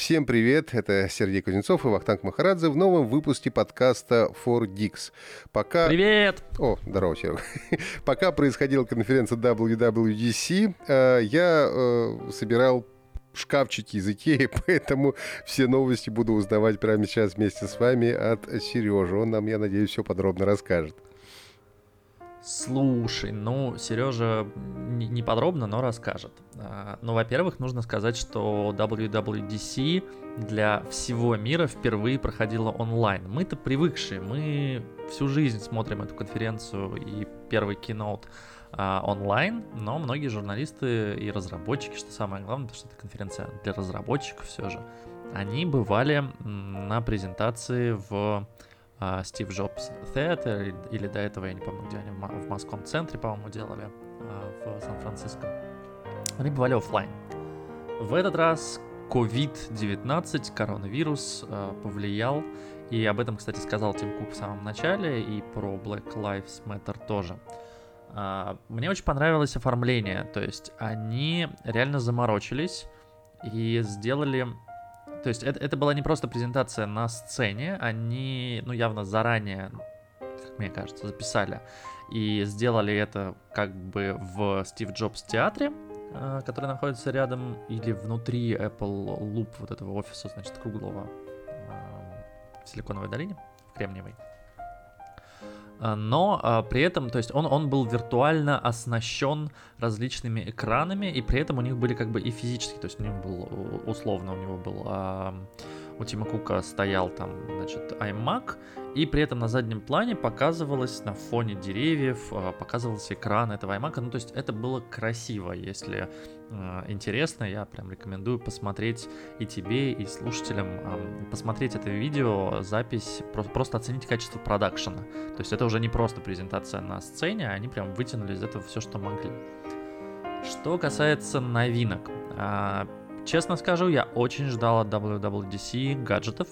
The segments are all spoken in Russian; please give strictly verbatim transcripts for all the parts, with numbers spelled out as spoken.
Всем привет, это Сергей Кузнецов и Вахтанг Махарадзе в новом выпуске подкаста фор ди икс. Пока... Привет! О, здорово, Серега. Пока происходила конференция дабл ю дабл ю ди си, я собирал шкафчики из Икеи, поэтому все новости буду узнавать прямо сейчас вместе с вами от Сережи. Он нам, я надеюсь, все подробно расскажет. Слушай, ну, Сережа не подробно, но расскажет. Ну, во-первых, нужно сказать, что дабл ю дабл ю ди си для всего мира впервые проходила онлайн. Мы-то привыкшие, мы всю жизнь смотрим эту конференцию и первый keynote онлайн, но многие журналисты и разработчики, что самое главное, потому что это конференция для разработчиков все же, они бывали на презентации в Стив Джобс Theater, или до этого, я не помню, где они, в Моском-центре, по-моему, делали, в Сан-Франциско. Они бывали офлайн. В этот раз ковид девятнадцать, коронавирус, повлиял, и об этом, кстати, сказал Тим Кук в самом начале, и про Black Lives Matter тоже. Мне очень понравилось оформление, то есть они реально заморочились и сделали... То есть это, это была не просто презентация на сцене, они, ну, явно заранее, как мне кажется, записали и сделали это как бы в Стив Джобс театре, который находится рядом, или внутри Apple Loop, вот этого офиса, значит, круглого в Силиконовой долине, в Кремниевой. Но а, при этом, то есть он, он был виртуально оснащен различными экранами, и при этом у них были как бы и физические, то есть у него был, условно, у него был, а, у Тима Кука стоял там, значит, iMac, и при этом на заднем плане показывалось на фоне деревьев, а, посказывался экран этого iMac, ну то есть это было красиво, если а, интересно, я прям рекомендую посмотреть и тебе, и слушателям, а, посмотреть это видео, запись, просто, просто оценить качество продакшена, то есть это уже не просто презентация на сцене, они прям вытянули из этого все, что могли. Что касается новинок, а, честно скажу, я очень ждал от дабл ю дабл ю ди си гаджетов.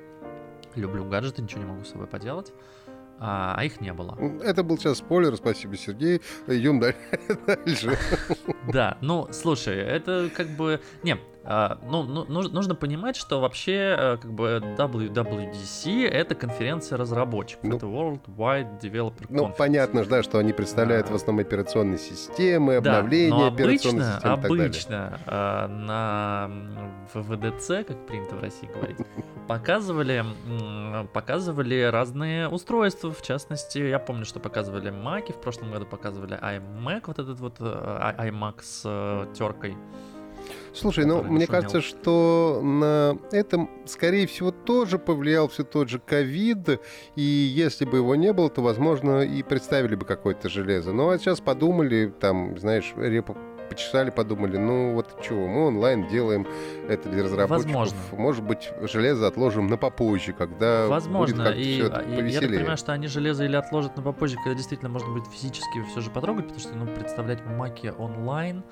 Люблю гаджеты, ничего не могу с собой поделать. А, а их не было. Это был сейчас спойлер, спасибо, Сергей. Идем дальше. Да, ну, слушай, это как бы... Не, а, ну, ну, нужно понимать, что вообще как бы дабл ю дабл ю ди си — это конференция разработчиков, ну, это World Wide Developer Conference. Ну, понятно, да, что они представляют а, в основном операционные системы, обновления да, но операционных обычно, систем и так далее. Обычно а, на вэ вэ дэ цэ, как принято в России говорить, показывали, показывали разные устройства, в частности, я помню, что показывали Mac, в прошлом году показывали iMac, вот этот вот iMac с uh, теркой. Слушай, ну, мне кажется, что на этом, скорее всего, тоже повлиял все тот же ковид, и если бы его не было, то, возможно, и представили бы какое-то железо. Ну, а сейчас подумали, там, знаешь, репу почесали, подумали, ну, вот чего, мы онлайн делаем это для разработчиков. Возможно. Может быть, железо отложим на попозже, когда Возможно. будет как-то и, все это повеселее. Я так понимаю, что они железо или отложат на попозже, когда действительно можно будет физически все же потрогать, потому что, ну, представлять маки онлайн,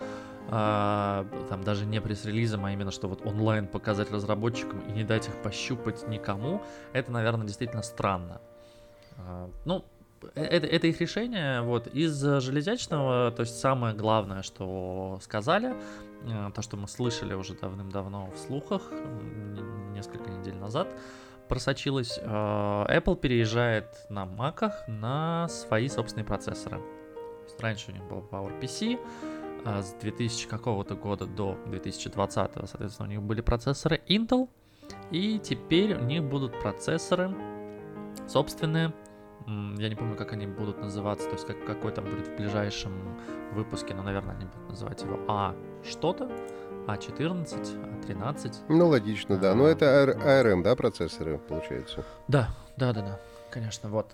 А, там даже не пресс-релизом, а именно, что вот онлайн показать разработчикам и не дать их пощупать никому, это, наверное, действительно странно. А, ну, это, это их решение. Вот. Из железячного, то есть самое главное, что сказали, то, что мы слышали уже давным-давно в слухах, несколько недель назад, просочилось, Apple переезжает на Mac'ах на свои собственные процессоры. То есть раньше у них был PowerPC, с две тысячи какого-то года до две тысячи двадцатого, соответственно, у них были процессоры Intel, и теперь у них будут процессоры собственные. Я не помню, как они будут называться, то есть как, какой там будет в ближайшем выпуске, но, наверное, они будут называть его А что-то, А четырнадцать, А тринадцать. Ну, логично, да. А, но это эй ар эм, да, процессоры, получается? Да, да, да, да. Конечно, вот.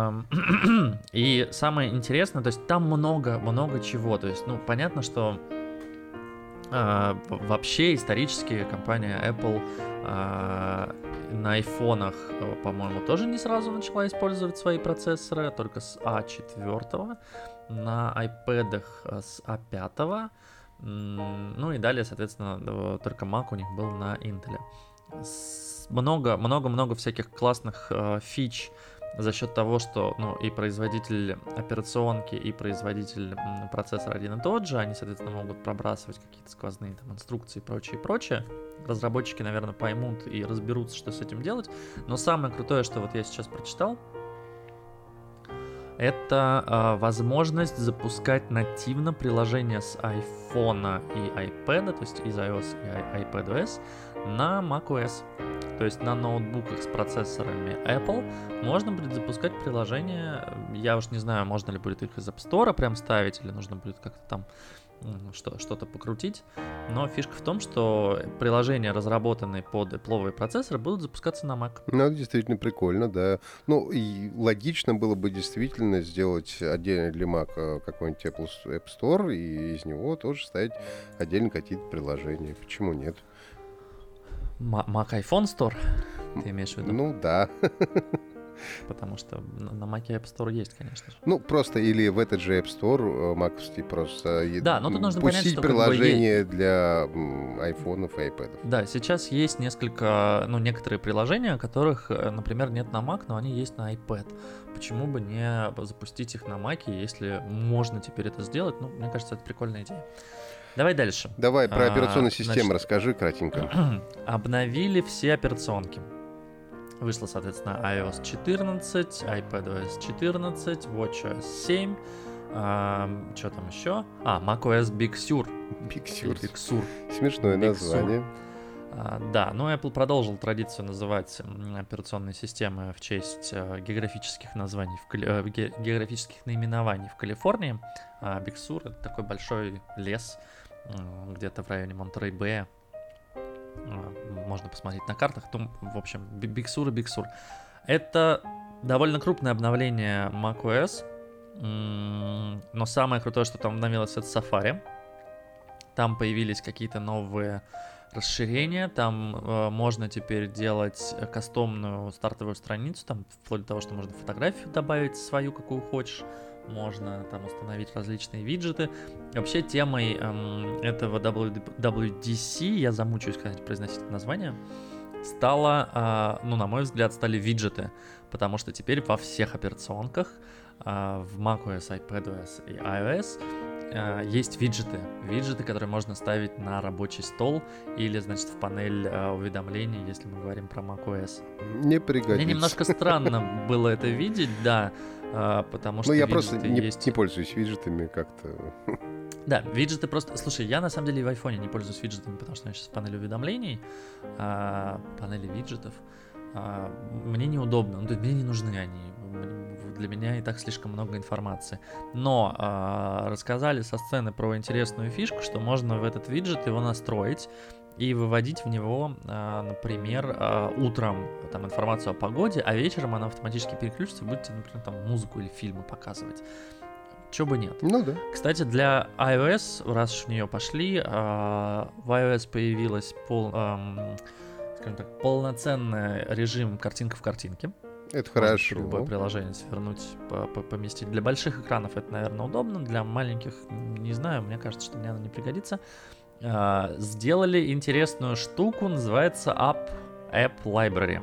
И самое интересное, то есть там много, много чего. То есть, ну, понятно, что э, вообще исторически компания Apple э, на айфонах, по-моему, тоже не сразу начала использовать свои процессоры, только с А четыре, на iPad'ах с А пять, ну и далее, соответственно, только Mac у них был на Intel. Много-много-много всяких классных э, фич за счет того, что ну, и производитель операционки, и производитель процессора один и тот же, они, соответственно, могут пробрасывать какие-то сквозные там, инструкции и прочее, и прочее. Разработчики, наверное, поймут и разберутся, что с этим делать. Но самое крутое, что вот я сейчас прочитал, это э, возможность запускать нативно приложение с iPhone и iPad, то есть из iOS и iPadOS, на macOS. То есть на ноутбуках с процессорами Apple можно будет запускать приложение. Я уж не знаю, можно ли будет их из App Store прям ставить, или нужно будет как-то там что- что-то покрутить. Но фишка в том, что приложения, разработанные под Apple'овые процессоры, будут запускаться на Mac. Ну, это действительно прикольно, да. Ну, и логично было бы действительно сделать отдельно для Mac какой-нибудь Apple App Store, и из него тоже ставить отдельно какие-то приложения. Почему нет? Mac iPhone Store, ты имеешь в виду? Ну, да. Потому что на Mac App Store есть, конечно же. Ну, просто или в этот же App Store маковский просто да, но тут нужно понять, пустить что приложение как бы для айфонов и айпэдов. Да, сейчас есть несколько, ну, некоторые приложения, которых, например, нет на Mac, но они есть на iPad. Почему бы не запустить их на Mac, если можно теперь это сделать? Ну, мне кажется, это прикольная идея. Давай дальше. Давай про операционную а, систему значит, расскажи кратенько. Обновили все операционки. Вышло, соответственно, iOS четырнадцать, iPadOS четырнадцать, WatchOS семь, а, что там еще? А, macOS Big Sur. Big Sur. Big Sur. Смешное Big название. Sur. А, да, но Apple продолжил традицию называть операционные системы в честь а, географических названий, в Кали... а, ге... географических наименований в Калифорнии. А Big Sur — это такой большой лес а, где-то в районе Монтерей-Бэя. Можно посмотреть на картах. Ну, в общем, Big Sur и Big Sur. Это довольно крупное обновление macOS. Но самое крутое, что там обновилось, это Safari. Там появились какие-то новые расширения. Там э, можно теперь делать кастомную стартовую страницу. Там вплоть до того, что можно фотографию добавить свою, какую хочешь. Можно там установить различные виджеты. Вообще темой эм, этого дабл ю дабл ю ди си, я замучаюсь, кстати, произносить это название, стало, э, ну, на мой взгляд, стали виджеты. Потому что теперь во всех операционках, э, в macOS, iPadOS и iOS, э, есть виджеты. Виджеты, которые можно ставить на рабочий стол или, значит, в панель э, уведомлений, если мы говорим про macOS. Не пригодится. Мне немножко странно было это видеть, да. А, потому что ну, я просто не, есть... не пользуюсь виджетами как-то. Да, виджеты просто... Слушай, я на самом деле и в айфоне не пользуюсь виджетами, потому что я сейчас в панели уведомлений, а, панели виджетов. А, мне неудобно, ну, то есть мне не нужны они. Для меня и так слишком много информации. Но а, рассказали со сцены про интересную фишку, что можно в этот виджет его настроить и выводить в него, например, утром там информацию о погоде, а вечером она автоматически переключится и будет тебе, например, там музыку или фильмы показывать. Чего бы нет. Ну да. Кстати, для iOS, раз уж в нее пошли, в iOS появилась пол, скажем так, полноценный режим картинка в картинке. Это Можно хорошо. Любое приложение свернуть, поместить. Для больших экранов это, наверное, удобно, для маленьких, не знаю, мне кажется, что мне оно не пригодится. Uh, сделали интересную штуку, называется App, App Library.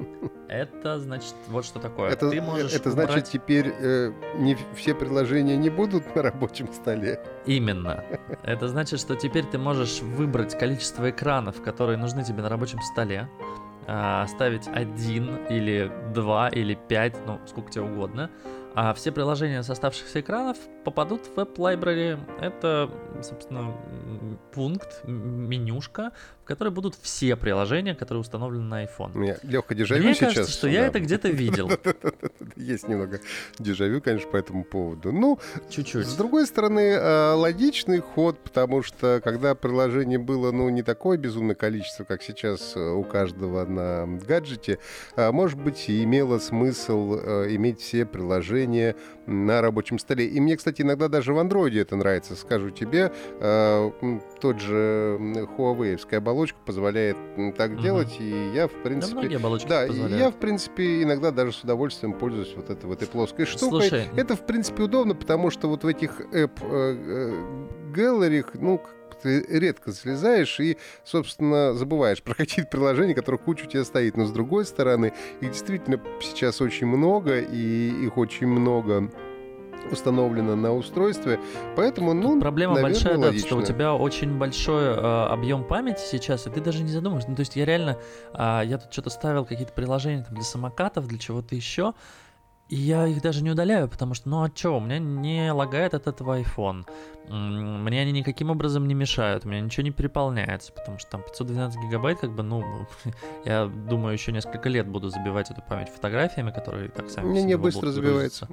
Это значит, вот что такое. Это, Ты можешь это убрать... значит, теперь э, не все приложения не будут на рабочем столе. Именно. Это значит, что теперь ты можешь выбрать количество экранов, которые нужны тебе на рабочем столе, uh, ставить один или два или пять, ну, сколько тебе угодно. А все приложения с оставшихся экранов попадут в App Library. Это, собственно, пункт, менюшка, в которой будут все приложения, которые установлены на iPhone. У меня легкое дежавю Мне сейчас. кажется, что я это где-то видел. Есть немного дежавю, конечно, по этому поводу. Ну, чуть-чуть. С другой стороны, логичный ход, потому что когда приложений было, ну, не такое безумное количество, как сейчас у каждого на гаджете, может быть, и имело смысл иметь все приложения на рабочем столе. И мне, кстати, иногда даже в андроиде это нравится. Скажу тебе, э, тот же Huawei-овская оболочка позволяет так угу. делать, и я, в принципе... Да, многие оболочки да, позволяют. Я, в принципе, иногда даже с удовольствием пользуюсь вот этой, вот этой плоской штукой. Слушай, это, в принципе, удобно, потому что вот в этих App Gallery, ну, ты редко слезаешь и, собственно, забываешь про какие-то приложения, которые куча у тебя стоит. Но, с другой стороны, их действительно сейчас очень много, и их очень много установлено на устройстве, поэтому, ну, тут проблема наверное, большая, да, логично. что у тебя очень большой э, объем памяти сейчас, и ты даже не задумываешься. Ну, то есть я реально, э, я тут что-то ставил, какие-то приложения там, для самокатов, для чего-то еще, и я их даже не удаляю, потому что, ну а чё, у меня не лагает от этого iPhone, мне они никаким образом не мешают, у меня ничего не переполняется, потому что там пятьсот двенадцать гигабайт, как бы, ну, я думаю, еще несколько лет буду забивать эту память фотографиями, которые так сами Мне не быстро забивается.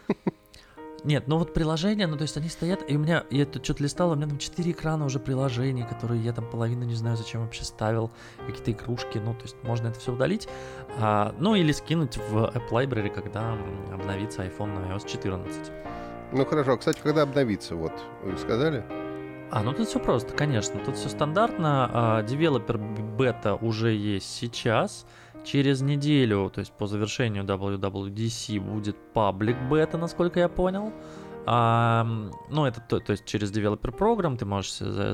Нет, ну вот приложения, ну то есть они стоят, и у меня, я тут что-то листал, у меня там четыре экрана уже приложений, которые я там половину не знаю, зачем вообще ставил, какие-то игрушки, ну то есть можно это все удалить, а, ну или скинуть в App Library, когда обновится iPhone на ай о эс четырнадцать. Ну хорошо, а, кстати, когда обновится, вот, вы сказали? А, ну тут все просто, конечно, тут все стандартно, а, девелопер бета уже есть сейчас. Через неделю, то есть по завершению дабл ю дабл ю ди си, будет паблик бета, насколько я понял. А, ну, это то, то есть через Developer Program ты можешь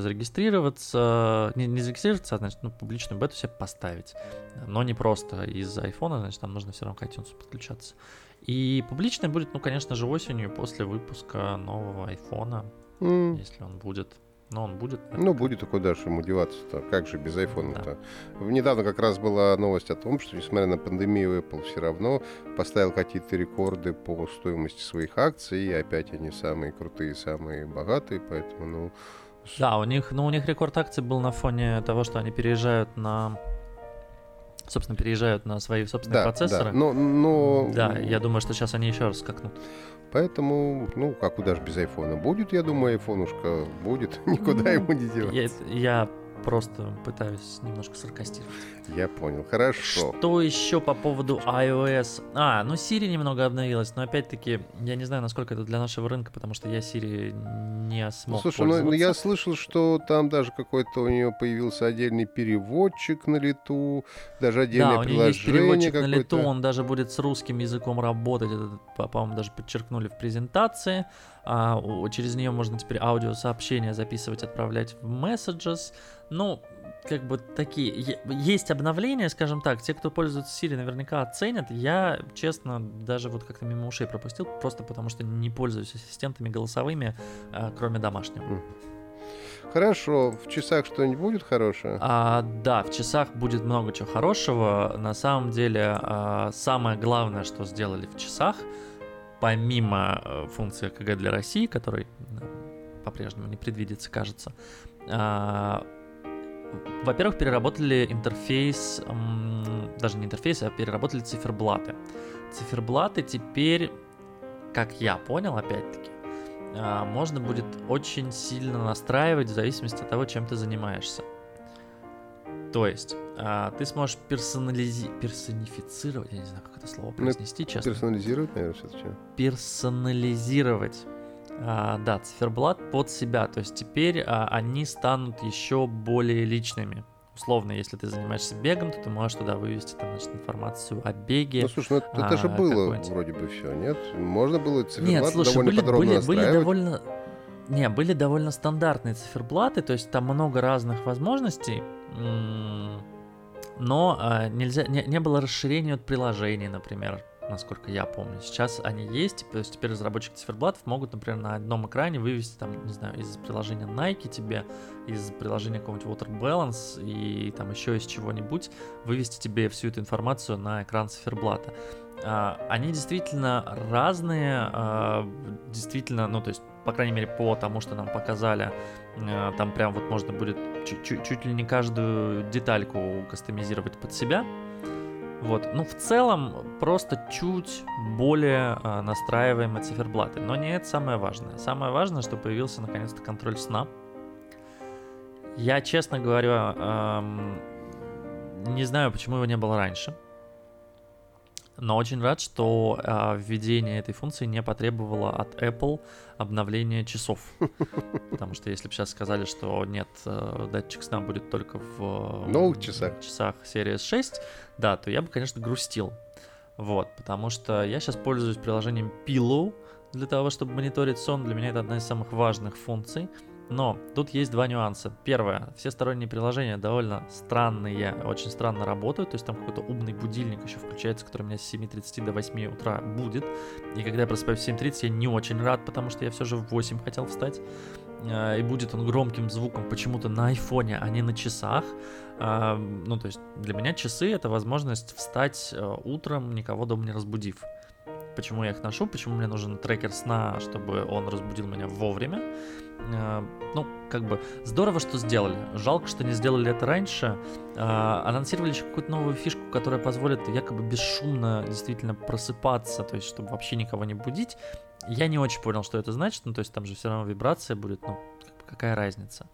зарегистрироваться, не, не зарегистрироваться, а значит, ну, публичную бету себе поставить. Но не просто из айфона, значит, там нужно все равно к iTunes подключаться. И публичная будет, ну, конечно же, осенью после выпуска нового айфона, mm. если он будет. Но он будет. Наверное. Ну, будет, а куда же ему деваться-то? Как же без айфона-то? Да. Недавно как раз была новость о том, что, несмотря на пандемию, Apple все равно поставил какие-то рекорды по стоимости своих акций, и опять они самые крутые, самые богатые, поэтому, ну... Да, у них, ну, у них рекорд акций был на фоне того, что они переезжают на... собственно, переезжают на свои собственные да, процессоры. Да, но, но... да, я думаю, что сейчас они еще раз скакнут. Поэтому, ну, как куда же без айфона? Будет, я думаю, айфонушка будет, никуда ну, ему не деваться. Я, я просто пытаюсь немножко саркастировать. Я понял, хорошо. Что еще по поводу iOS? А, ну Siri немного обновилась, но опять-таки, я не знаю, насколько это для нашего рынка, потому что я Siri не смог Слушай, пользоваться. ну я слышал, что там даже какой-то у нее появился отдельный переводчик на лету, даже отдельное да, приложение. Да, у нее есть переводчик какой-то. на лету, он даже будет с русским языком работать, это, по-моему, даже подчеркнули в презентации. А, через нее можно теперь аудиосообщения записывать, отправлять в Messages. Ну, как бы такие... Есть обновления, скажем так, те, кто пользуется Siri, наверняка оценят. Я, честно, даже вот как-то мимо ушей пропустил, просто потому что не пользуюсь ассистентами голосовыми, кроме домашнего. Хорошо. В часах что-нибудь будет хорошее? А, да, в часах будет много чего хорошего. На самом деле, а, самое главное, что сделали в часах, помимо функции ЭКГ для России, которой по-прежнему не предвидится, кажется, а, во-первых, переработали интерфейс, даже не интерфейс, а переработали циферблаты. Циферблаты теперь, как я понял, опять-таки, можно будет очень сильно настраивать в зависимости от того, чем ты занимаешься. То есть, ты сможешь персонализи... персонифицировать, я не знаю, как это слово произнести, ну, честно. Персонализировать, наверное, все-таки. Персонализировать. А, да, циферблат под себя, то есть теперь а, они станут еще более личными. Условно, если ты занимаешься бегом, то ты можешь туда вывести там, значит, информацию о беге. Ну слушай, ну это, это а, же было вроде бы все, нет? Можно было циферблат нет, слушай, довольно были, подробно были, настраивать. были довольно... Не, были довольно стандартные циферблаты, то есть там много разных возможностей, но а, нельзя, не, не было расширения от приложений, например. Насколько я помню. Сейчас они есть, то есть теперь разработчики циферблатов могут, например, на одном экране вывести, там, не знаю, из приложения Nike тебе, из приложения какого-нибудь Water Balance и там еще из чего-нибудь вывести тебе всю эту информацию на экран циферблата. А, они действительно разные, а, действительно, ну, то есть, по крайней мере, по тому, что нам показали, а, там прям вот можно будет чуть, чуть ли не каждую детальку кастомизировать под себя. Вот, ну в целом просто чуть более а, настраиваемые циферблаты, но не это самое важное. Самое важное, что появился наконец-то контроль сна. Я, честно говоря, эм, не знаю, почему его не было раньше, но очень рад, что э, введение этой функции не потребовало от Apple обновления часов. Потому что если бы сейчас сказали, что нет, э, датчик сна будет только в новых часах. часах серии эс шесть, да, то я бы, конечно, грустил. Вот, потому что я сейчас пользуюсь приложением Pillow для того, чтобы мониторить сон. Для меня это одна из самых важных функций. Но тут есть два нюанса. Первое, все сторонние приложения довольно странные, очень странно работают, то есть там какой-то умный будильник еще включается, который у меня с семи тридцати до восьми утра будет, и когда я просыпаюсь в семь тридцать, я не очень рад, потому что я все же в восемь хотел встать, и будет он громким звуком почему-то на айфоне, а не на часах. Ну, то есть для меня часы — это возможность встать утром, никого дома не разбудив. Почему я их ношу, почему мне нужен трекер сна, чтобы он разбудил меня вовремя. Ну, как бы здорово, что сделали. Жалко, что не сделали это раньше. Анонсировали еще какую-то новую фишку, которая позволит якобы бесшумно действительно просыпаться, то есть чтобы вообще никого не будить. Я не очень понял, что это значит, ну, то есть там же все равно вибрация будет, ну, какая разница.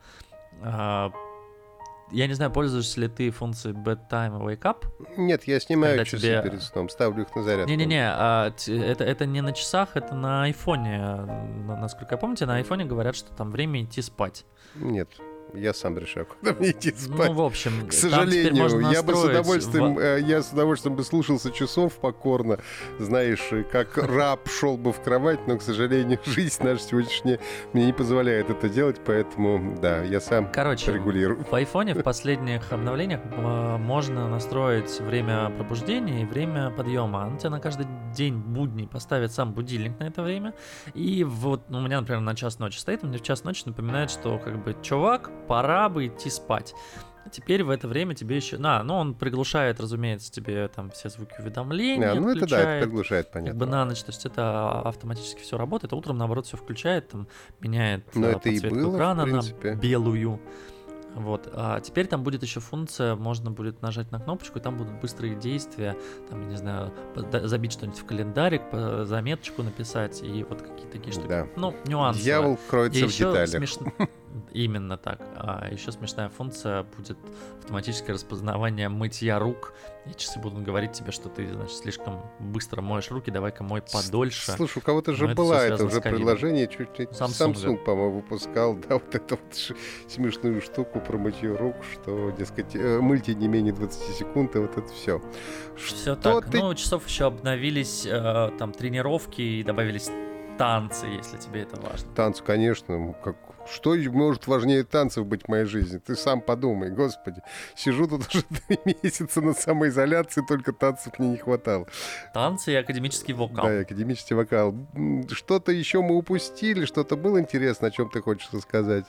Я не знаю, пользуешься ли ты функцией Bedtime и Wake Up? Нет, я снимаю Когда часы тебе... перед сном, ставлю их на зарядку. Не-не-не, а, это, это не на часах, это на айфоне. Насколько я помню, на айфоне говорят, что там время идти спать. Нет. Я сам решаю, куда мне идти спать. Ну, в общем, к сожалению, я бы с удовольствием, в... я с удовольствием бы слушался часов покорно, знаешь, как раб шел бы в кровать, но, к сожалению, жизнь наша сегодняшняя мне не позволяет это делать, поэтому, да, я сам Короче, регулирую. В айфоне в последних обновлениях можно настроить время пробуждения и время подъема. Он тебе на каждый день будний поставит сам будильник на это время. И вот у меня, например, на час ночи стоит, мне в час ночи напоминает, что как бы, чувак, пора бы идти спать. А теперь в это время тебе еще... А, ну он приглушает, разумеется, тебе там все звуки уведомления. А, ну это да, это приглушает, понятно. Как бы на ночь, то есть это автоматически все работает, а утром, наоборот, все включает, там, меняет Но подсветку это и было, экрана в на белую. Вот. А теперь там будет еще функция, можно будет нажать на кнопочку, и там будут быстрые действия, там, я не знаю, забить что-нибудь в календарик, заметочку написать, и вот какие-то такие штуки. Да. Ну, нюансы. Дьявол кроется и в деталях. Смеш... Именно так. А еще смешная функция будет автоматическое распознавание мытья рук, и часы будут говорить тебе, что ты, значит, слишком быстро моешь руки, давай-ка мой подольше. Слушай, у кого-то же была это уже приложение, чуть-чуть Samsung, Samsung по-моему, выпускал, да, вот эту вот смешную штуку про мытье рук, что, дескать, мыльте не менее двадцати секунд, и вот это все. Все так. Ты... Ну, у часов еще обновились э, там тренировки и добавились танцы, если тебе это важно. Танцы, конечно, как... Что может важнее танцев быть в моей жизни? Ты сам подумай, господи. Сижу тут уже три месяца на самоизоляции, только танцев мне не хватало. Танцы и академический вокал. Да, и академический вокал. Что-то еще мы упустили, что-то было интересно, о чем ты хочешь рассказать?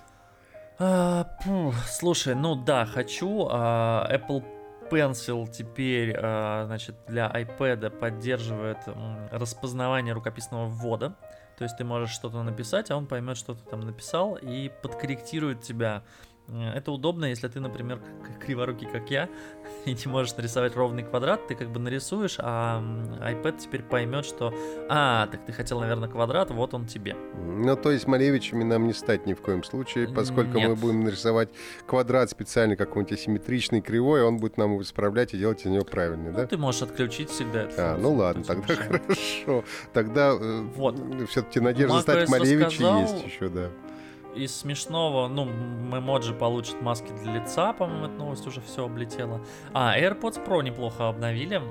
А, пу, слушай, ну да, хочу. А, Apple Pencil теперь, а, значит, для iPad поддерживает м, распознавание рукописного ввода. То есть ты можешь что-то написать, а он поймет, что ты там написал, и подкорректирует тебя. Это удобно, если ты, например, криворукий, как я, и не можешь нарисовать ровный квадрат, ты как бы нарисуешь, а iPad теперь поймет, что «А, так ты хотел, наверное, квадрат, вот он тебе». Ну, то есть Малевичами нам не стать ни в коем случае, поскольку Нет. мы будем нарисовать квадрат специально какой-нибудь асимметричный, кривой, он будет нам его исправлять и делать из него правильный, ну, да? ты можешь отключить всегда эту А, функцию, ну ладно, тогда хорошо. Тогда вот. все-таки надежда стать Малевичи есть еще, да. Из смешного, ну, эмоджи получат маски для лица, по-моему, эта новость уже все облетела. А, AirPods Pro неплохо обновили.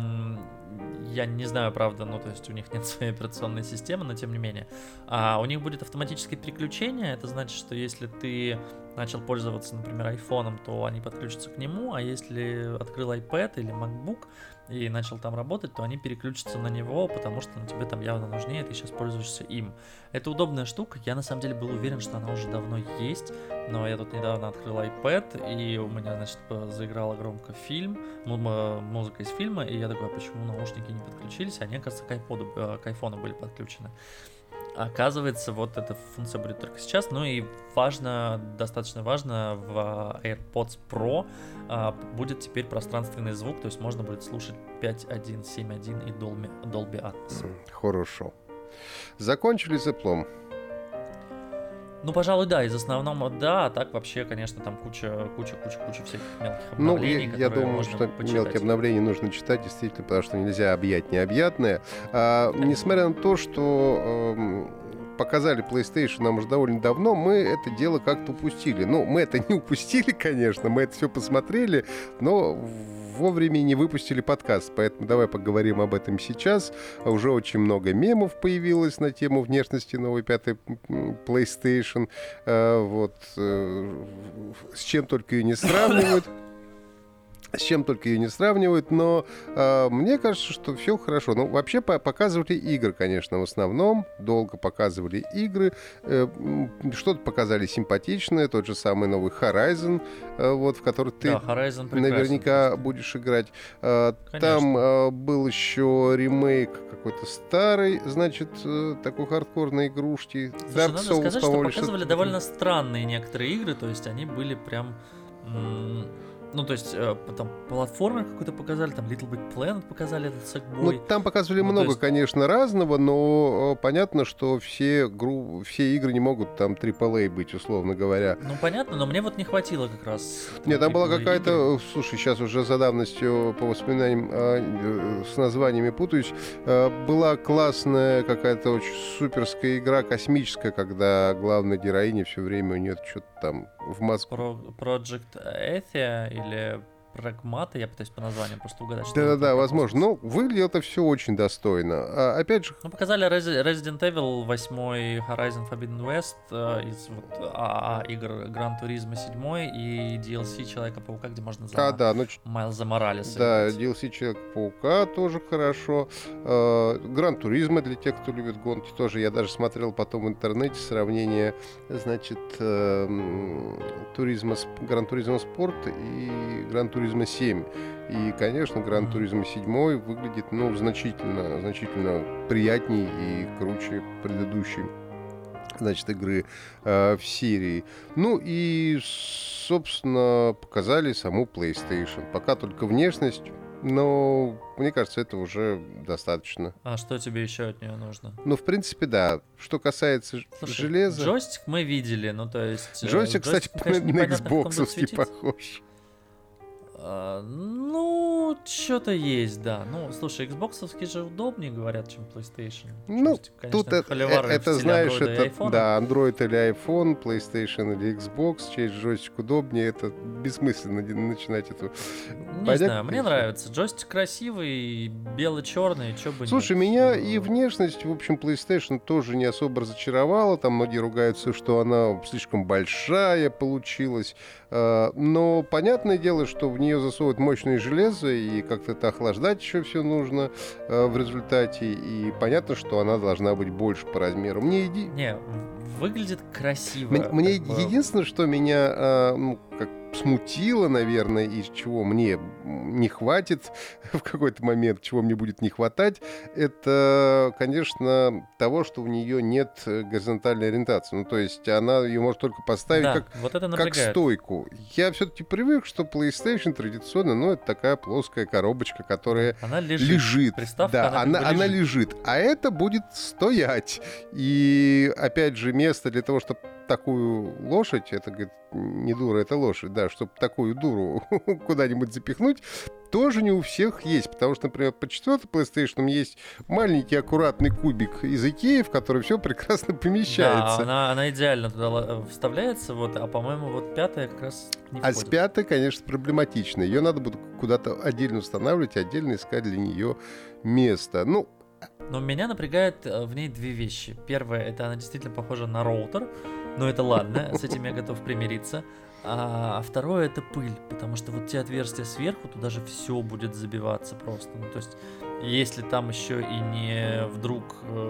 Я не знаю, правда, ну, то есть у них нет своей операционной системы, но тем не менее. А у них будет автоматическое переключение, это значит, что если ты начал пользоваться, например, айфоном, то они подключатся к нему, а если открыл iPad или MacBook и начал там работать, то они переключатся на него, потому что ну, тебе там явно нужнее, ты сейчас пользуешься им. Это удобная штука, я на самом деле был уверен, что она уже давно есть, но я тут недавно открыл iPad, и у меня, значит, заиграла громко фильм, музыка из фильма, и я такой, а почему наушники не подключились? Они, оказывается, к iPod, к айфону были подключены. Оказывается, вот эта функция будет только сейчас. Ну и важно, достаточно важно, в AirPods Pro а, будет теперь пространственный звук, то есть можно будет слушать пять точка один, семь точка один и Dolby, Dolby Atmos. Хорошо. Закончили с Apple? Ну, пожалуй, да, из основного, да, а так вообще, конечно, там куча, куча, куча, куча всяких мелких обновлений, ну, я, я думаю, что почитать. Мелкие обновления нужно читать, действительно, потому что нельзя объять необъятное. А, несмотря на то, что э, показали PlayStation нам уже довольно давно, мы это дело как-то упустили. Ну, мы это не упустили, конечно, мы это все посмотрели, но вовремя не выпустили подкаст, поэтому давай поговорим об этом сейчас. Уже очень много мемов появилось на тему внешности новой пятой PlayStation. Вот. С чем только ее не сравнивают. С чем только ее не сравнивают, но э, мне кажется, что все хорошо. Ну, вообще по- показывали игры, конечно, в основном. Долго показывали игры. Э, что-то показали симпатичное. Тот же самый новый Horizon, э, вот, в который ты да, наверняка просто будешь играть. Э, там э, был еще ремейк какой-то старый, значит, э, такой хардкорной игрушки. Слушай, Dark надо Souls, сказать, что показывали довольно странные некоторые игры. То есть они были прям... М- Ну, то есть, э, там, платформер какой-то показали, там, Little Big Planet показали, этот Sackboy. Ну, там показывали ну, много, есть... конечно, разного, но понятно, что все, гру... все игры не могут там трипл эй быть, условно говоря. Ну, понятно, но мне вот не хватило как раз... Нет, там была какая-то... Игры. Слушай, сейчас уже за давностью по воспоминаниям э, с названиями путаюсь. Э, была классная какая-то очень суперская игра, космическая, когда главная героиня все время у нее что-то там в Москве... Pro... Project Athia или Прагмата, я пытаюсь по названию просто угадать. Да-да-да, возможно. Ну, выглядит это все очень достойно. А, опять же... Ну, показали Resident Evil восемь, Horizon Forbidden West э, из вот, ААА игр Gran Turismo семь и ди эл си Человека-паука, где можно за а, да, ну, Майлза Моралеса. Да, играть. ди эл си Человека-паука тоже хорошо. Gran Turismo для тех, кто любит гонки, тоже. Я даже смотрел потом в интернете сравнение, значит, Туризма, Gran Turismo Sport и Gran Turismo семь. И, конечно, Gran Turismo семь выглядит, ну, значительно, значительно приятней и круче предыдущей, значит, игры э, в серии. Ну и, собственно, показали саму PlayStation. Пока только внешность, но мне кажется, это уже достаточно. А что тебе еще от нее нужно? Ну, в принципе, да. Что касается Слушай, железа... Джойстик мы видели, ну, то есть... Джойстик, джойстик кстати, конечно, на Xbox-овский похож. Uh, ну, что-то есть, да. Ну, слушай, Xbox-овский же удобнее, говорят, чем PlayStation. Ну, есть, конечно, тут это, это знаешь, это, да, Android или iPhone, PlayStation или Xbox, чей джойстик удобнее, это бессмысленно начинать эту... Не Понятно, знаю, мне нравится. Джойстик красивый, бело-черный, что бы Слушай, нет. меня и внешность, в общем, PlayStation тоже не особо разочаровала. Там многие ругаются, что она слишком большая получилась. Но понятное дело, что в нее засовывают мощное железо, и как-то это охлаждать еще все нужно в результате. И понятно, что она должна быть больше по размеру. Мне еди... Не, выглядит красиво. Мне, мне единственное, что меня, ну, как смутило, наверное, и чего мне не хватит в какой-то момент, чего мне будет не хватать, это, конечно, того, что у нее нет горизонтальной ориентации. Ну, то есть она ее может только поставить да, как, вот это как стойку. Я все-таки привык, что PlayStation традиционно, ну, это такая плоская коробочка, которая она лежит. лежит. Приставка, да, она, она, она лежит. А это будет стоять. И, опять же, место для того, чтобы такую лошадь, это, говорит, не дура, это лошадь, да, чтобы такую дуру куда-нибудь запихнуть, тоже не у всех есть, потому что, например, по четвертой PlayStation есть маленький аккуратный кубик из Икеи, в который все прекрасно помещается. Да, она, она идеально туда вставляется, вот, а, по-моему, вот пятая как раз не А входит. с пятой, конечно, проблематично. Ее надо будет куда-то отдельно устанавливать, отдельно искать для нее место. Ну, но меня напрягает в ней две вещи. Первое, это она действительно похожа на роутер, но это ладно, с этим я готов примириться. А второе, это пыль, потому что вот те отверстия сверху, туда же все будет забиваться просто. Ну, то есть, если там еще и не вдруг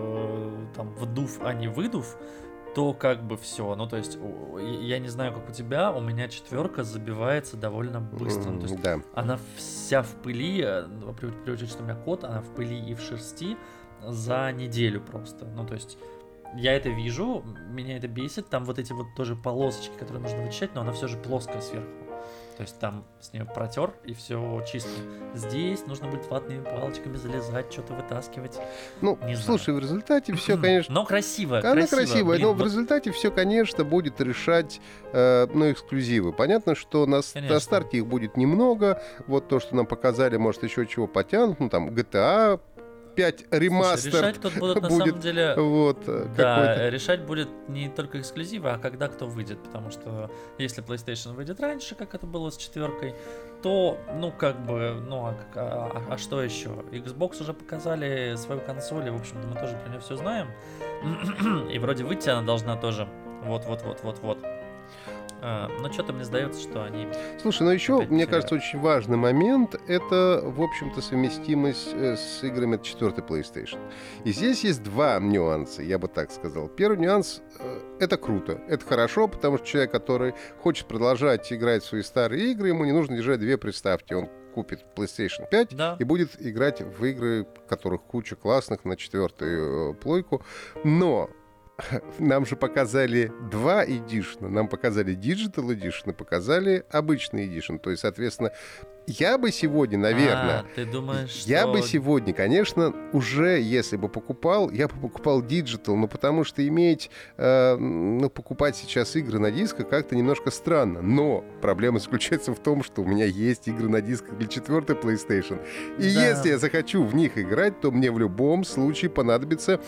э, там вдув, а не выдув, то как бы все. Ну, то есть, я не знаю, как у тебя, у меня четверка забивается довольно быстро. Ну, то есть, да. она вся в пыли, при, при учете, что у меня кот, она в пыли и в шерсти за неделю просто. Ну, то есть, я это вижу, меня это бесит. Там вот эти вот тоже полосочки, которые нужно вычищать, но она все же плоская сверху. То есть там с нее протер, и все чисто. Здесь нужно будет ватными палочками залезать, что-то вытаскивать. Ну, не слушай, знаю. в результате все, конечно... Но красиво, Она красиво. красивая, Блин, но вот... в результате все, конечно, будет решать, э, ну, эксклюзивы. Понятно, что на, на старте их будет немного. Вот то, что нам показали, может, еще чего потянут. Ну, там, джи ти эй пять ремастер. Слушай, решать тут будут на будет, самом деле... Вот, да, какой-то. решать будет не только эксклюзивы, а когда кто выйдет. Потому что если PlayStation выйдет раньше, как это было с четверкой, то, ну, как бы, ну, а, а, а что еще? Xbox уже показали свою консоль, и, в общем-то, мы тоже про нее все знаем. И вроде выйти она должна тоже. Вот-вот-вот-вот-вот. А, но что-то мне сдается, что они... Слушай, ну еще, опять мне потеряют. кажется, очень важный момент — это, в общем-то, совместимость э, с играми от четвертой PlayStation. И здесь есть два нюанса, я бы так сказал. Первый нюанс э, — это круто, это хорошо, потому что человек, который хочет продолжать играть в свои старые игры, ему не нужно держать две приставки. Он купит PlayStation пять, да, и будет играть в игры, которых куча классных, на четвертую э, плойку. Но нам же показали два эдишна. Нам показали Digital Edition и показали обычный Edition. То есть, соответственно, я бы сегодня, наверное... А, ты думаешь, я что... бы сегодня, конечно, уже, если бы покупал, я бы покупал Digital, но потому что иметь, э, ну, покупать сейчас игры на дисках как-то немножко странно. Но проблема заключается в том, что у меня есть игры на дисках для четвертой PlayStation. И да, если я захочу в них играть, то мне в любом случае понадобится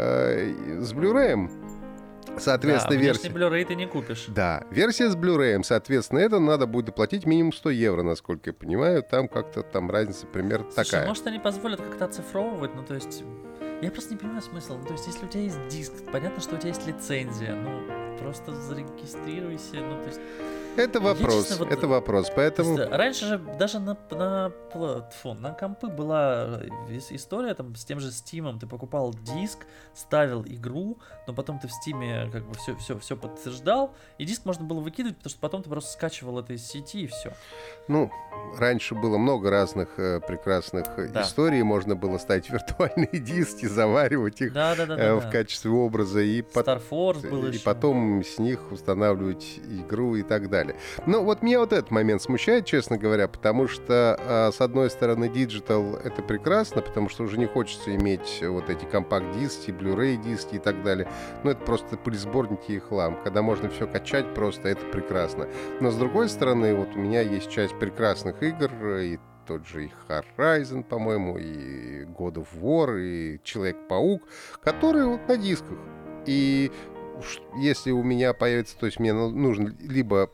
э, с Blu-ray. Соответственно, да, версия... Blu-ray ты не купишь. Да, версия с Blu-ray, соответственно, это надо будет доплатить минимум сто евро, насколько я понимаю. Там как-то там разница примерно Слушай, такая. Может, они позволят как-то оцифровывать, ну, то есть... Я просто не понимаю смысла. Ну, то есть, если у тебя есть диск, понятно, что у тебя есть лицензия, ну, просто зарегистрируйся, ну, то есть... Это вопрос, честно, вот, это вопрос, поэтому... Есть, раньше же даже на, на, фу, на компы была история там с тем же Steam, ты покупал диск, ставил игру, но потом ты в Steam как бы все, все, все подтверждал, и диск можно было выкидывать, потому что потом ты просто скачивал это из сети и все. Ну, раньше было много разных э, прекрасных да. историй, можно было ставить виртуальные диски, заваривать их да, да, да, э, да, в да. качестве образа, и, Star Force был и еще. потом с них устанавливать игру и так далее. Ну, вот меня вот этот момент смущает, честно говоря, потому что, э, с одной стороны, Digital — это прекрасно, потому что уже не хочется иметь вот эти компакт-диски, Blu-ray диски и так далее. Ну, это просто пылесборники и хлам. Когда можно все качать просто, это прекрасно. Но, с другой стороны, вот у меня есть часть прекрасных игр, и тот же и Horizon, по-моему, и God of War, и Человек-паук, которые вот на дисках. И если у меня появится, то есть мне нужно либо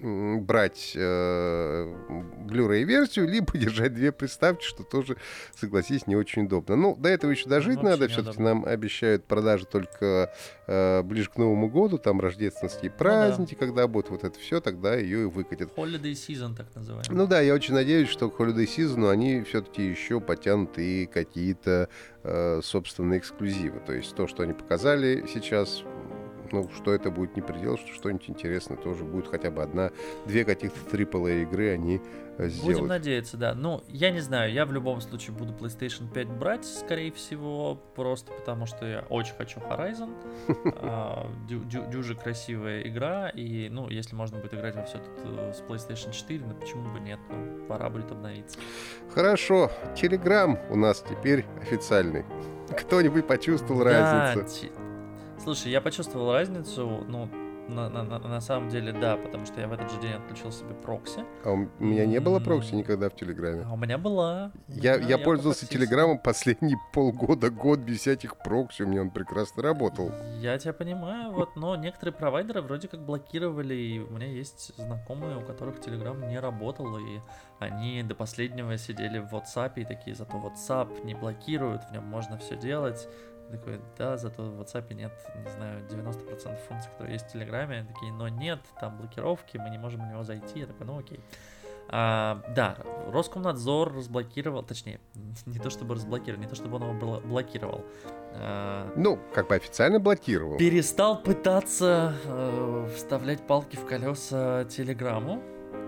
брать э, Blu-ray-версию, либо держать две приставки, что тоже, согласись, не очень удобно. Ну, до этого еще дожить ну, надо. Все-таки удобно. Нам обещают продажи только э, ближе к Новому году, там рождественские праздники, ну, да. когда будут вот это все, тогда ее и выкатят. Holiday season, так называемый. Ну да, я очень надеюсь, что к Holiday season они все-таки еще потянут и какие-то э, собственные эксклюзивы. То есть то, что они показали сейчас... Ну, что это будет не предел, что что-нибудь интересное тоже будет, хотя бы одна-две каких-то трипл эй игры они сделают. Будем надеяться, да. Ну, я не знаю, я в любом случае буду PlayStation пять брать, скорее всего, просто потому что я очень хочу Horizon. Дюже красивая игра, и, ну, если можно будет играть во все тут с PlayStation четыре, ну, почему бы нет, ну, пора будет обновиться. Хорошо, Telegram у нас теперь официальный. Кто-нибудь почувствовал да, разницу? Слушай, я почувствовал разницу, ну, на, на, на, на самом деле, да, потому что я в этот же день отключил себе прокси. А у меня не было прокси никогда в Телеграме. А у меня была. Я, да, я, я пользовался Телеграмом последние полгода, год без всяких прокси, у меня он прекрасно работал. Я тебя понимаю, вот, но некоторые провайдеры вроде как блокировали, и у меня есть знакомые, у которых Телеграм не работал, и они до последнего сидели в WhatsApp и такие, зато WhatsApp не блокируют, в нем можно все делать. Такой, да, зато в WhatsApp нет, не знаю, девяносто процентов функций, которые есть в Телеграме. Они такие, но нет, там блокировки, мы не можем на него зайти. Я такой, ну окей. А, да, Роскомнадзор разблокировал, точнее, не то чтобы разблокировал, не то чтобы он его блокировал. А, ну, как бы официально блокировал. Перестал пытаться э, вставлять палки в колеса Телеграму.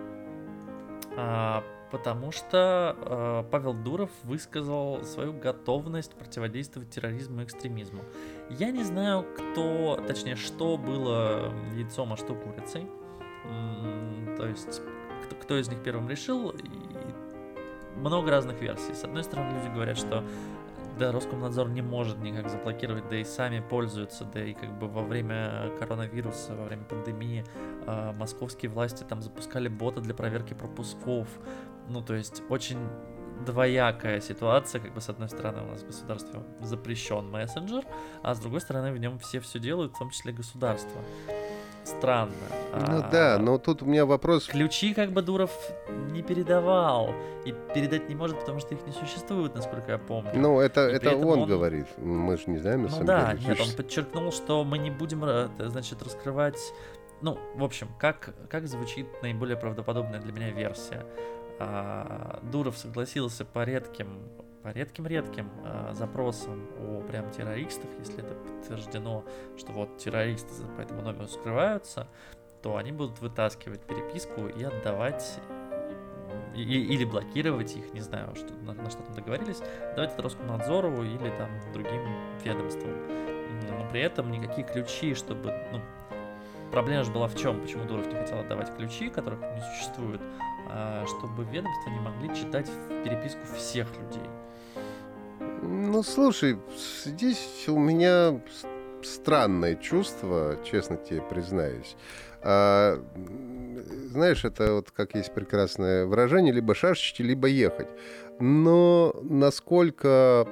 А, Потому что э, Павел Дуров высказал свою готовность противодействовать терроризму и экстремизму. Я не знаю, кто, точнее, что было яйцом, а что курицей. М-м, то есть, кто, кто из них первым решил. И много разных версий. С одной стороны, люди говорят, что да, Роскомнадзор не может никак заблокировать, да и сами пользуются, да и как бы во время коронавируса, во время пандемии э, московские власти там запускали бота для проверки пропусков. Ну, то есть, очень двоякая ситуация, как бы с одной стороны у нас в государстве запрещен мессенджер, а с другой стороны в нем все все делают, в том числе государство. Странно. Ну а, да, но тут у меня вопрос... Ключи как бы Дуров не передавал и передать не может, потому что их не существует, насколько я помню. Ну, это, И это он, он говорит, мы же не знаем, на ну самом да, деле. нет, Существ... он подчеркнул, что мы не будем, значит, раскрывать... Ну, в общем, как, как звучит наиболее правдоподобная для меня версия. А, Дуров согласился по редким, по редким-редким а, запросам о прям террористах, если это подтверждено, что вот террористы по этому номеру скрываются, то они будут вытаскивать переписку и отдавать, и, или блокировать их, не знаю, что, на, на что там договорились, давать это Роскомнадзору или там другим ведомствам. Но при этом никакие ключи, чтобы... Ну, проблема же была в чем? Почему Дуров не хотел отдавать ключи, которых не существует, чтобы ведомства не могли читать переписку всех людей. Ну, слушай, здесь у меня странное чувство, честно тебе признаюсь. А, знаешь, это вот как есть прекрасное выражение, либо шашечки, либо ехать. Но насколько...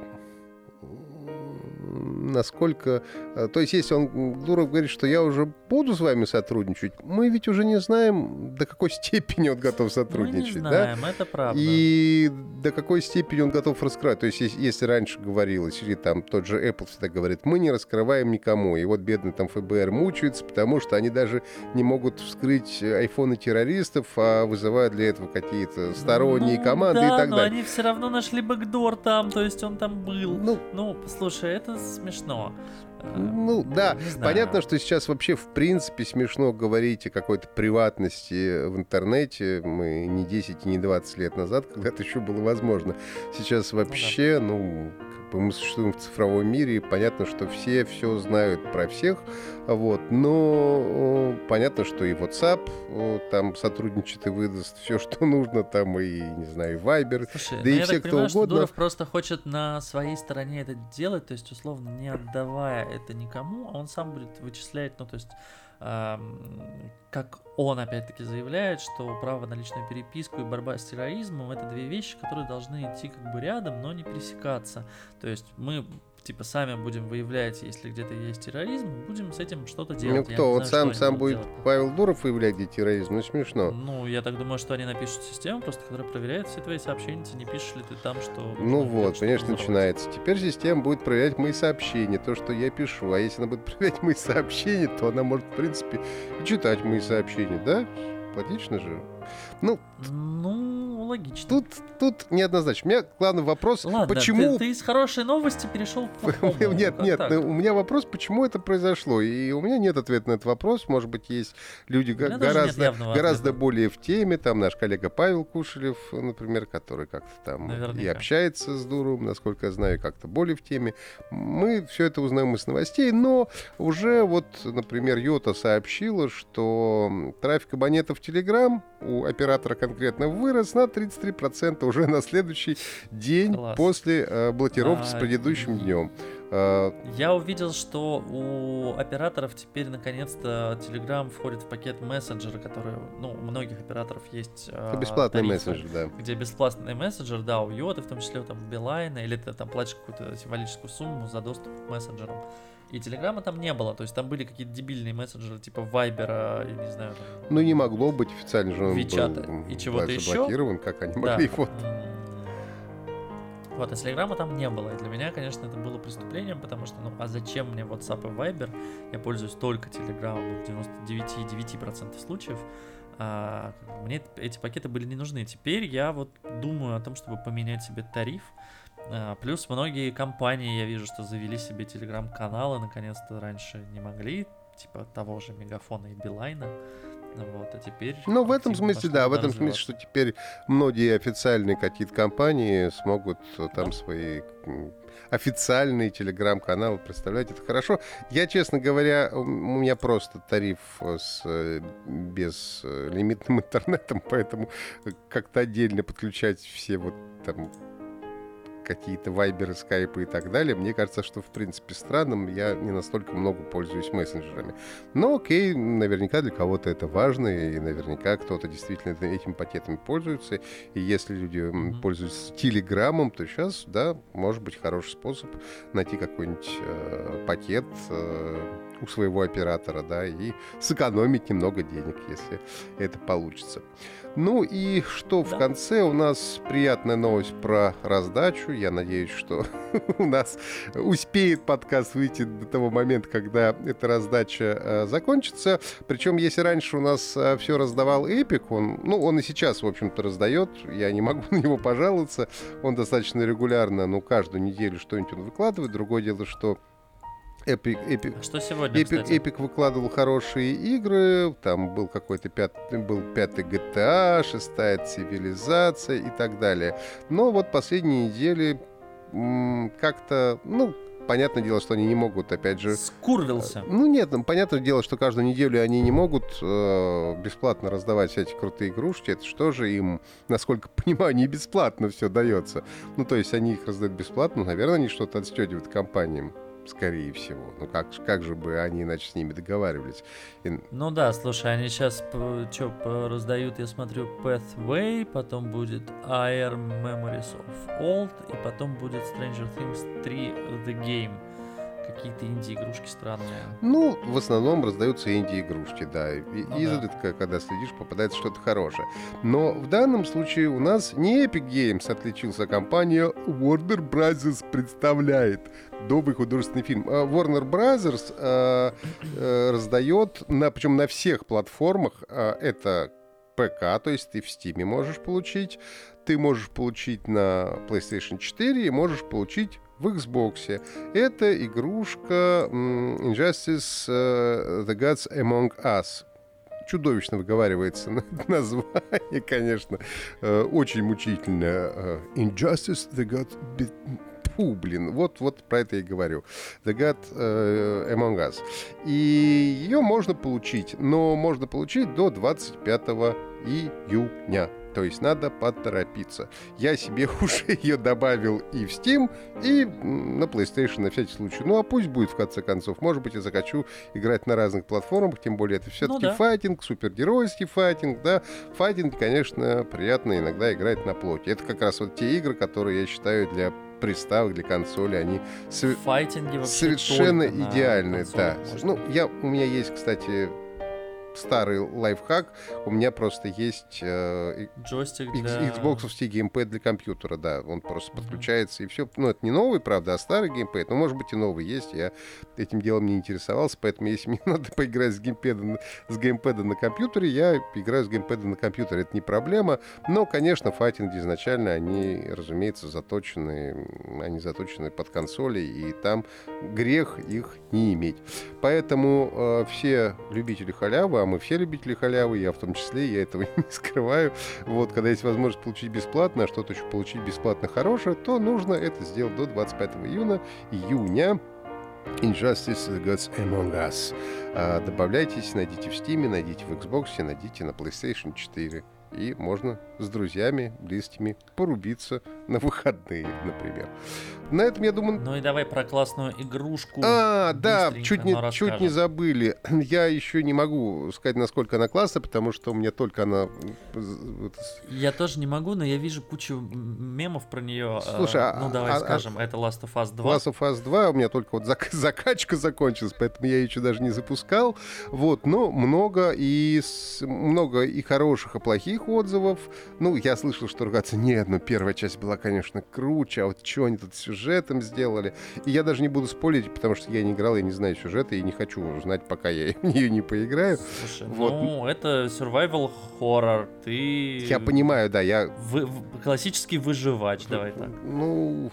насколько... То есть, если он, Дуров, говорит, что я уже буду с вами сотрудничать, мы ведь уже не знаем, до какой степени он готов сотрудничать. Мы не знаем, да? это правда. И до какой степени он готов раскрывать. То есть, если, если раньше говорилось, или там тот же Apple всегда говорит, мы не раскрываем никому. И вот бедный там эф бэ эр мучается, потому что они даже не могут вскрыть айфоны террористов, а вызывают для этого какие-то сторонние ну, команды да, и так но далее. они все равно нашли бэкдор там, то есть он там был. Ну, ну послушай, это смешно. Ну да, не понятно, что сейчас вообще в принципе смешно говорить о какой-то приватности в интернете. Мы не десять и не двадцать лет назад, когда это еще было возможно. Сейчас вообще, ну, да. ну как бы мы существуем в цифровом мире, и понятно, что все все знают про всех. Вот. Но понятно, что и WhatsApp там сотрудничает и выдаст все, что нужно, там и, не знаю, и Viber, Слушай, да ну и я все, так кто понимаю, угодно. Что Дуров просто хочет на своей стороне это делать, то есть, условно, не отдавая это никому, а он сам будет вычислять, ну, то есть, эм, как он, опять-таки, заявляет, что право на личную переписку и борьба с терроризмом — это две вещи, которые должны идти как бы рядом, но не пересекаться. То есть мы... типа сами будем выявлять, если где-то есть терроризм, будем с этим что-то делать. Ну кто, вот знаю, сам, сам будет делать. Павел Дуров выявлять, где терроризм, ну смешно. Ну, я так думаю, что они напишут систему, просто которая проверяет все твои сообщения, не пишешь ли ты там, что... Ну вот, конечно, начинается. Теперь система будет проверять мои сообщения, то, что я пишу. А если она будет проверять мои сообщения, то она может, в принципе, и читать мои сообщения, да? Логично же. Ну, ну, логично. Тут, тут неоднозначно. У меня главный вопрос, Ладно, почему... Ты, ты из хорошей новости перешел к плохому. Нет, нет, у меня вопрос, почему это произошло. И у меня нет ответа на этот вопрос. Может быть, есть люди гораздо, гораздо более в теме. Там наш коллега Павел Кушелев, например, который как-то там Наверняка. и общается с Дуровым, насколько я знаю, как-то более в теме. Мы все это узнаем из новостей, но уже вот, например, Йота сообщила, что трафик абонентов в Telegram у оператора конкретно вырос на тридцать три процента уже на следующий день Класс. после э, блокировки а, с предыдущим днем. Я увидел, что у операторов теперь наконец-то Telegram входит в пакет мессенджера, который, ну, у многих операторов есть Это бесплатный тарифы, мессенджер, да. Где бесплатный мессенджер, да, у Йоты, в том числе там Билайна, или ты там платишь какую-то символическую сумму за доступ к мессенджерам. И Телеграма там не было, то есть там были какие-то дебильные мессенджеры, типа Вайбера, я не знаю. Там, ну не могло быть официально же он Вичата был и чего-то еще. Заблокирован, как они могли да. вот. Вот, а Телеграма там не было. И для меня, конечно, это было преступлением, потому что, ну, а зачем мне WhatsApp и Viber? Я пользуюсь только Телеграмом в девяносто девять целых девять десятых процента случаев. А, мне эти пакеты были не нужны. Теперь я вот думаю о том, чтобы поменять себе тариф. А, плюс многие компании, я вижу, что завели себе Телеграм-каналы, наконец-то раньше не могли, типа того же Мегафона и Билайна. Вот, а теперь... Ну, в этом смысле, да, в этом смысле, что теперь многие официальные какие-то компании смогут там да. свои официальные телеграм-каналы представлять. Это хорошо. Я, честно говоря, у меня просто тариф с безлимитным интернетом, поэтому как-то отдельно подключать все вот там какие-то вайберы, скайпы и так далее. Мне кажется, что, в принципе, странным. Я не настолько много пользуюсь мессенджерами. Но окей, наверняка для кого-то это важно, и наверняка кто-то действительно этим пакетом пользуется. И если люди mm-hmm. пользуются Телеграмом, то сейчас, да, может быть хороший способ найти какой-нибудь э, пакет э, у своего оператора, да, и сэкономить немного денег, если это получится. Ну и что в конце? У нас приятная новость про раздачу. Я надеюсь, что у нас успеет подкаст выйти до того момента, когда эта раздача э, закончится. Причем, если раньше у нас э, все раздавал Epic, он, ну, он и сейчас, в общем-то, раздает. Я не могу на него пожаловаться. Он достаточно регулярно, ну, каждую неделю что-нибудь он выкладывает. Другое дело, что Epic, Epic, что сегодня, Epic, Epic выкладывал хорошие игры, там был какой-то пятый, был пятый джи ти эй, шестая цивилизация и так далее. Но вот последние недели м- как-то, ну, понятное дело, что они не могут, опять же... Скурвился. Ну нет, ну, понятное дело, что каждую неделю они не могут э, бесплатно раздавать все эти крутые игрушки. Это что же им, насколько понимаю, не бесплатно все дается. Ну, то есть они их раздают бесплатно, наверное, они что-то отстегивают компаниям. Скорее всего. Ну как, как же бы они иначе с ними договаривались? И... Ну да, слушай, они сейчас что раздают, я смотрю, Pathway, потом будет Air Memories of Old, и потом будет Stranger Things три The Game. Какие-то инди-игрушки странные. Ну, в основном раздаются инди-игрушки, да. И ну, изредка, да. когда следишь, попадается что-то хорошее. Но в данном случае у нас не Epic Games отличился, а компания Warner Brothers представляет новый художественный фильм. Warner Brothers э, э, раздает, на, причем на всех платформах, э, это ПК, то есть ты в Steam можешь получить, ты можешь получить на PlayStation четыре и можешь получить в Xbox. Это игрушка Injustice uh, The Gods Among Us. Чудовищно выговаривается название, конечно. Uh, очень мучительно. Uh, Injustice The Gods... Фу, блин, вот, вот про это я и говорю. The God uh, Among Us. И ее можно получить, но можно получить до двадцать пятого июня. То есть надо поторопиться. Я себе уже ее добавил и в Steam, и на PlayStation на всякий случай. Ну, а пусть будет, в конце концов. Может быть, я захочу играть на разных платформах, тем более это все-таки ну, да. файтинг, супергеройский файтинг, да. Файтинг, конечно, приятно иногда играть на плоти. Это как раз вот те игры, которые я считаю для приставок, для консоли, они сов... совершенно идеальные. Да. Ну, я, у меня есть, кстати... старый лайфхак. У меня просто есть э, джойстик для... Xbox-овский геймпэд для компьютера, да. Он просто uh-huh. подключается и все. Ну, это не новый, правда, а старый геймпэд. Но, может быть, и новый есть. Я этим делом не интересовался, поэтому если мне надо поиграть с геймпэдом, с геймпэдом на компьютере, я играю с геймпэдом на компьютере. Это не проблема. Но, конечно, файтинги изначально, они, разумеется, заточены, они заточены под консоли, и там грех их не иметь. Поэтому э, все любители халявы, а мы все любители халявы, я в том числе, я этого не скрываю. Вот, когда есть возможность получить бесплатно, а что-то еще получить бесплатно хорошее, то нужно это сделать до двадцать пятого июня. июня. Injustice The Gods Among Us. А, добавляйтесь, найдите в Steam, найдите в Xbox, найдите на PlayStation четыре. И можно с друзьями, близкими порубиться на выходные, например. На этом, я думаю... Ну и давай про классную игрушку. А, да, чуть не, чуть не забыли. Я еще не могу сказать, насколько она классная, потому что у меня только она... Я тоже не могу, но я вижу кучу мемов про нее. Слушай, а, ну давай а, скажем, а, это Last of Us два. Last of Us два, у меня только вот зак- закачка закончилась, поэтому я ее еще даже не запускал. Вот, но много и, с... много и хороших, и плохих отзывов. Ну, я слышал, что ругаться, нет, ну первая часть была, конечно, круче, а вот что они тут с сюжетом сделали. И я даже не буду спойлерить, потому что я не играл, я не знаю сюжета, и не хочу узнать, пока я в нее не поиграю. Слушай, вот. Ну, это survival horror, ты... Я понимаю, да, я... Вы... Классический выживач, давай так. Ну...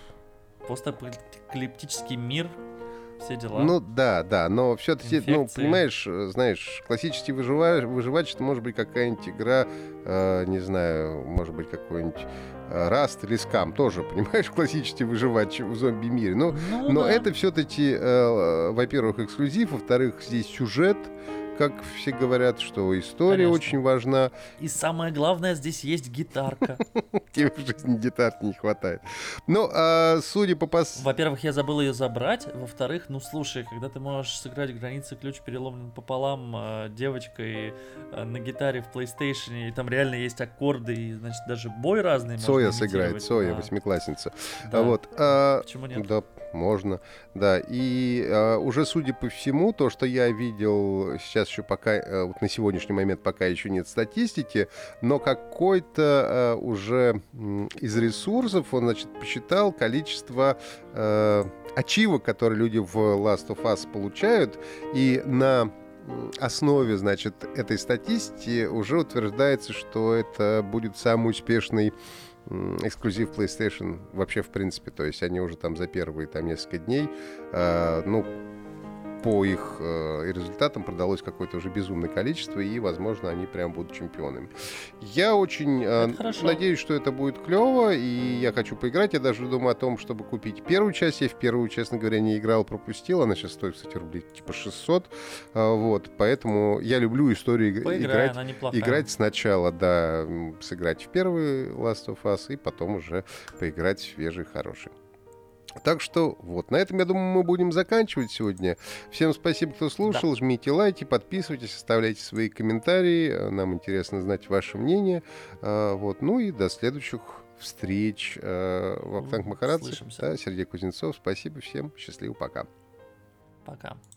Постапокалиптический мир... Все дела. Ну да, да, но все-таки, ну, понимаешь, знаешь, классический выживач, выживач это может быть какая-нибудь игра, э, не знаю, может быть какой-нибудь э, Rust или Scum, тоже, понимаешь, классический выживач в зомби-мире. Ну, ну, но да. это все-таки, э, во-первых, эксклюзив, во-вторых, здесь сюжет, как все говорят, что история Конечно. очень важна. И самое главное, здесь есть гитарка. Тебе в жизни гитарки не хватает. Ну, а судя по... Пос... Во-первых, я забыл ее забрать. Во-вторых, ну слушай, когда ты можешь сыграть «Границы ключ переломлен пополам» э, девочкой э, на гитаре в PlayStation, и там реально есть аккорды, и, значит, даже бой разный Цоя можно сыграет, имитировать. Цоя, Да. восьмиклассница. Да. А вот, а, Почему нет? Да, можно, да. И а, уже, судя по всему, то, что я видел сейчас еще пока, а, вот на сегодняшний момент пока еще нет статистики, но какой-то а, уже м, из ресурсов он, значит, посчитал количество а, ачивок, которые люди в Last of Us получают, и на основе, значит, этой статистики уже утверждается, что это будет самый успешный эксклюзив PlayStation вообще в принципе. То есть они уже там за первые там несколько дней, э, ну, по их э, результатам продалось какое-то уже безумное количество, и, возможно, они прям будут чемпионами. Я очень э, надеюсь, что это будет клево, и я хочу поиграть. Я даже думаю о том, чтобы купить первую часть. Я в первую, честно говоря, не играл, пропустил. Она сейчас стоит, кстати, рублей типа шестьсот. Э, вот, поэтому я люблю историю Поиграй, играть, играть сначала, да, сыграть в первый Last of Us, и потом уже поиграть в свежий, хороший. Так что вот, на этом, я думаю, мы будем заканчивать сегодня. Всем спасибо, кто слушал. Да. Жмите лайки, подписывайтесь, оставляйте свои комментарии. Нам интересно знать ваше мнение. Вот. Ну и до следующих встреч. Вахтанг Махарадзе, да, Сергей Кузнецов. Спасибо всем. Счастливо. Пока. Пока.